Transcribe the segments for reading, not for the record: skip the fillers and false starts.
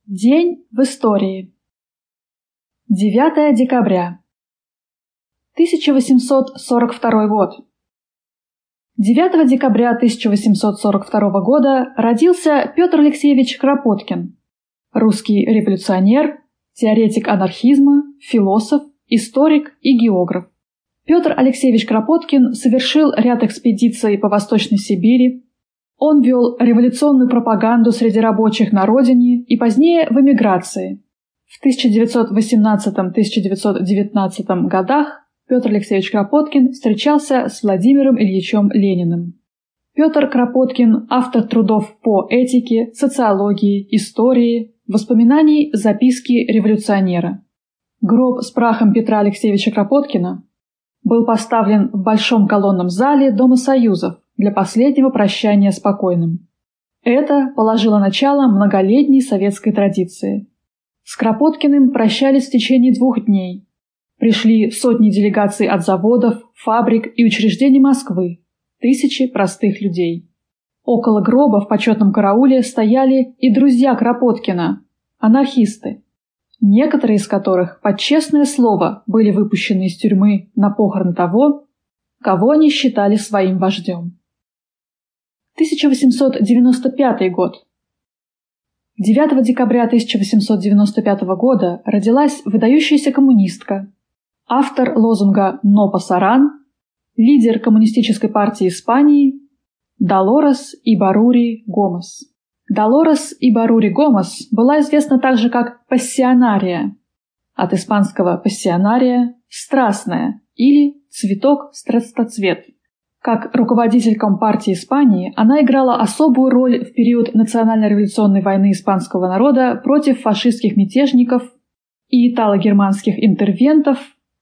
День в истории. 9 декабря. 1842 год. 9 декабря 1842 года родился Петр Алексеевич Кропоткин, русский революционер, теоретик анархизма, философ, историк и географ. Петр Алексеевич Кропоткин совершил ряд экспедиций по Восточной Сибири. Он вел революционную пропаганду среди рабочих на родине и позднее в эмиграции. В 1918-1919 годах Петр Алексеевич Кропоткин встречался с Владимиром Ильичем Лениным. Петр Кропоткин – автор трудов по этике, социологии, истории, воспоминаний, записки революционера. Гроб с прахом Петра Алексеевича Кропоткина был поставлен в Большом колонном зале Дома Союзов для последнего прощания с покойным. Это положило начало многолетней советской традиции. С Кропоткиным прощались в течение 2 дней. Пришли сотни делегаций от заводов, фабрик и учреждений Москвы, тысячи простых людей. Около гроба в почетном карауле стояли и друзья Кропоткина, анархисты, некоторые из которых, под честное слово, были выпущены из тюрьмы на похороны того, кого они считали своим вождем. 1895 год. 9 декабря 1895 года родилась выдающаяся коммунистка, автор лозунга «Но пасаран», лидер Коммунистической партии Испании Долорес Ибаррури Гомес. Долорес Ибаррури Гомес была известна также как «пассионария», от испанского «пассионария» – «страстная» или «цветок страстоцвет». Как руководитель Компартии Испании она играла особую роль в период национально-революционной войны испанского народа против фашистских мятежников и итало-германских интервентов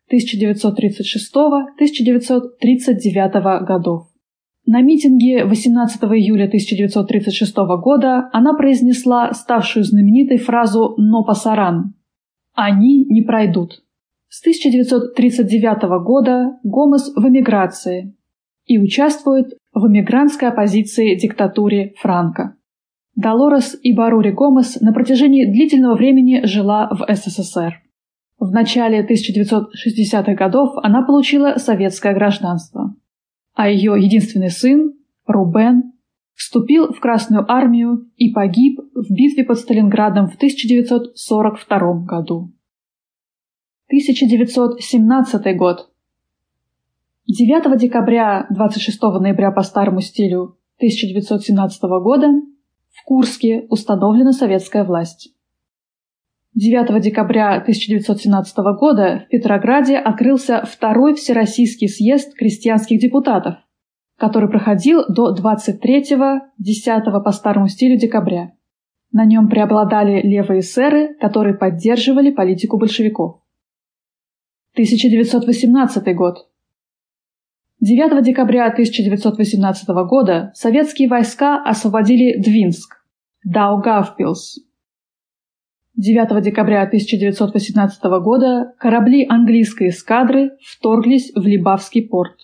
1936-1939 годов. На митинге 18 июля 1936 года она произнесла ставшую знаменитой фразу «Но пасаран» – «Они не пройдут». С 1939 года Гомес в эмиграции и участвует в эмигрантской оппозиции диктатуре Франко. Долорес Ибаррури Гомес на протяжении длительного времени жила в СССР. В начале 1960-х годов она получила советское гражданство, а ее единственный сын, Рубен, вступил в Красную армию и погиб в битве под Сталинградом в 1942 году. 1917 год. 9 декабря 26 ноября по старому стилю 1917 года в Курске установлена советская власть. 9 декабря 1917 года в Петрограде открылся Второй Всероссийский съезд крестьянских депутатов, который проходил до 23-10 по старому стилю декабря. На нем преобладали левые эсеры, которые поддерживали политику большевиков. 1918 год. 9 декабря 1918 года советские войска освободили Двинск, Даугавпилс. 9 декабря 1918 года корабли английской эскадры вторглись в Либавский порт.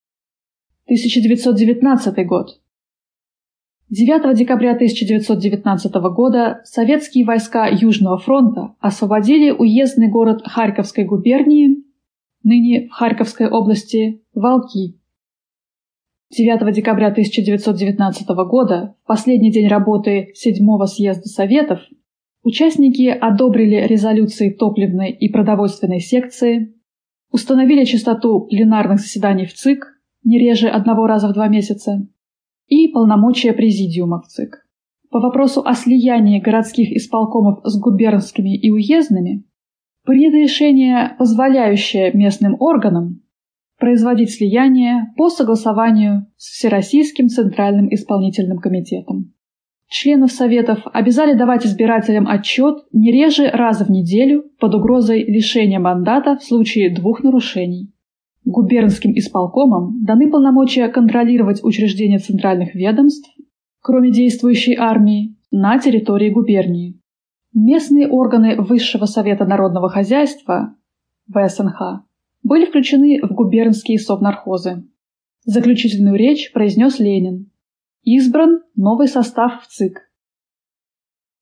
1919 год. 9 декабря 1919 года советские войска Южного фронта освободили уездный город Харьковской губернии, ныне в Харьковской области, Волки. 9 декабря 1919 года, в последний день работы 7-го съезда Советов, участники одобрили резолюции топливной и продовольственной секции, установили частоту пленарных заседаний в ЦИК не реже 1 раза в 2 месяца и полномочия президиума в ЦИК. По вопросу о слиянии городских исполкомов с губернскими и уездными принято решение, позволяющее местным органам производить слияние по согласованию с Всероссийским Центральным Исполнительным Комитетом. Членов Советов обязали давать избирателям отчет не реже раза в неделю под угрозой лишения мандата в случае 2 нарушений. Губернским исполкомам даны полномочия контролировать учреждения центральных ведомств, кроме действующей армии, на территории губернии. Местные органы Высшего Совета Народного Хозяйства, ВСНХ, были включены в губернские совнархозы. Заключительную речь произнес Ленин. Избран новый состав в ЦИК.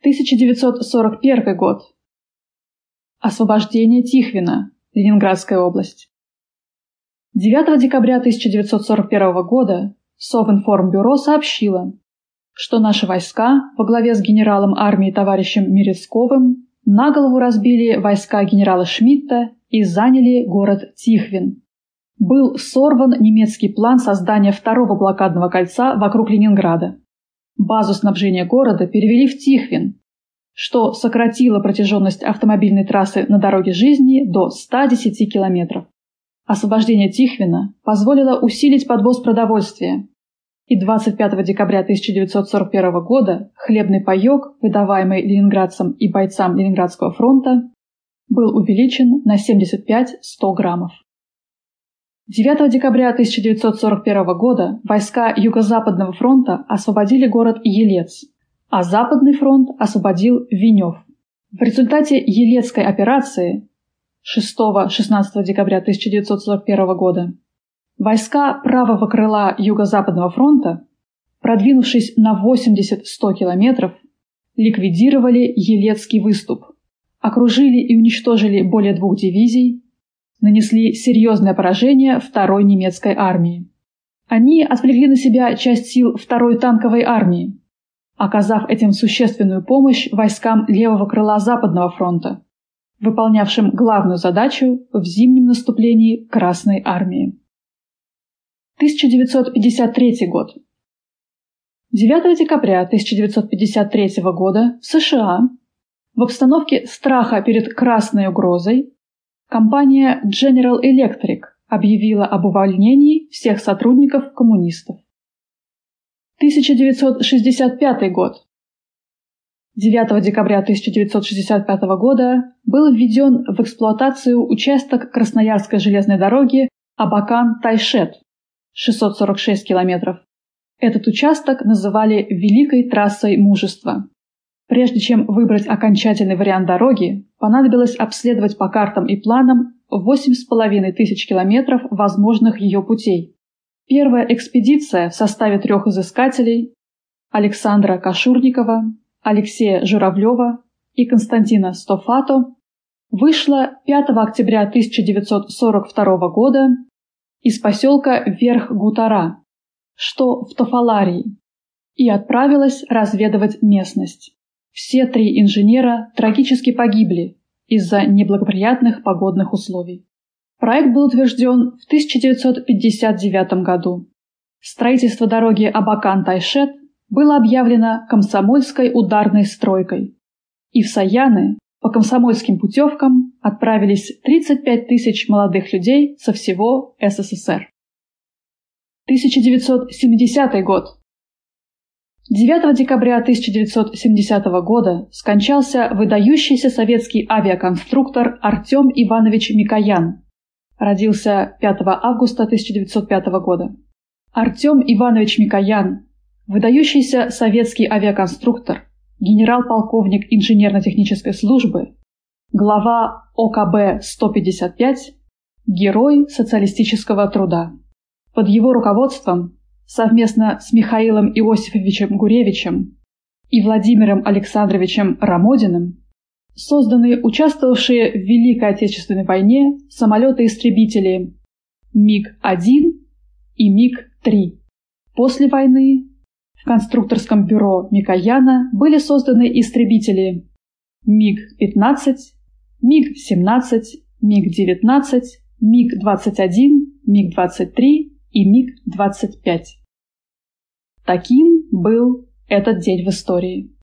1941 год. Освобождение Тихвина, Ленинградская область. 9 декабря 1941 года Совинформбюро сообщило, что наши войска во главе с генералом армии товарищем Мерецковым на голову разбили войска генерала Шмидта и заняли город Тихвин. Был сорван немецкий план создания второго блокадного кольца вокруг Ленинграда. Базу снабжения города перевели в Тихвин, что сократило протяженность автомобильной трассы на дороге жизни до 110 километров. Освобождение Тихвина позволило усилить подвоз продовольствия, и 25 декабря 1941 года хлебный паёк, выдаваемый ленинградцам и бойцам Ленинградского фронта, был увеличен на 75-100 граммов. 9 декабря 1941 года войска Юго-Западного фронта освободили город Елец, а Западный фронт освободил Венев. В результате Елецкой операции 6-16 декабря 1941 года войска правого крыла Юго-Западного фронта, продвинувшись на 80-100 километров, ликвидировали Елецкий выступ, окружили и уничтожили более 2 дивизий, нанесли серьезное поражение второй немецкой армии. Они отвлекли на себя часть сил второй танковой армии, оказав этим существенную помощь войскам левого крыла Западного фронта, выполнявшим главную задачу в зимнем наступлении Красной армии. 1953 год. 9 декабря 1953 года в США в обстановке страха перед красной угрозой компания General Electric объявила об увольнении всех сотрудников коммунистов. 1965 год. 9 декабря 1965 года был введен в эксплуатацию участок Красноярской железной дороги Абакан-Тайшет, 646 километров. Этот участок называли «Великой трассой мужества». Прежде чем выбрать окончательный вариант дороги, понадобилось обследовать по картам и планам 8500 километров возможных ее путей. Первая экспедиция в составе 3 изыскателей – Александра Кашурникова, Алексея Журавлева и Константина Стофато – вышла 5 октября 1942 года из поселка Верх-Гутара, что в Тофаларии, и отправилась разведывать местность. Все 3 инженера трагически погибли из-за неблагоприятных погодных условий. Проект был утвержден в 1959 году. Строительство дороги Абакан-Тайшет было объявлено комсомольской ударной стройкой, и в Саяны по комсомольским путевкам отправились 35 тысяч молодых людей со всего СССР. 1970 год. 9 декабря 1970 года скончался выдающийся советский авиаконструктор Артем Иванович Микоян. Родился 5 августа 1905 года. Артем Иванович Микоян, выдающийся советский авиаконструктор, генерал-полковник инженерно-технической службы, глава ОКБ-155, герой социалистического труда. Под его руководством совместно с Михаилом Иосифовичем Гуревичем и Владимиром Александровичем Рамодиным созданы участвовавшие в Великой Отечественной войне самолеты-истребители МиГ-1 и МиГ-3. После войны в конструкторском бюро Микояна были созданы истребители МиГ-15, МиГ-17, МиГ-19, МиГ-21, МиГ-23 и МиГ-25. Таким был этот день в истории.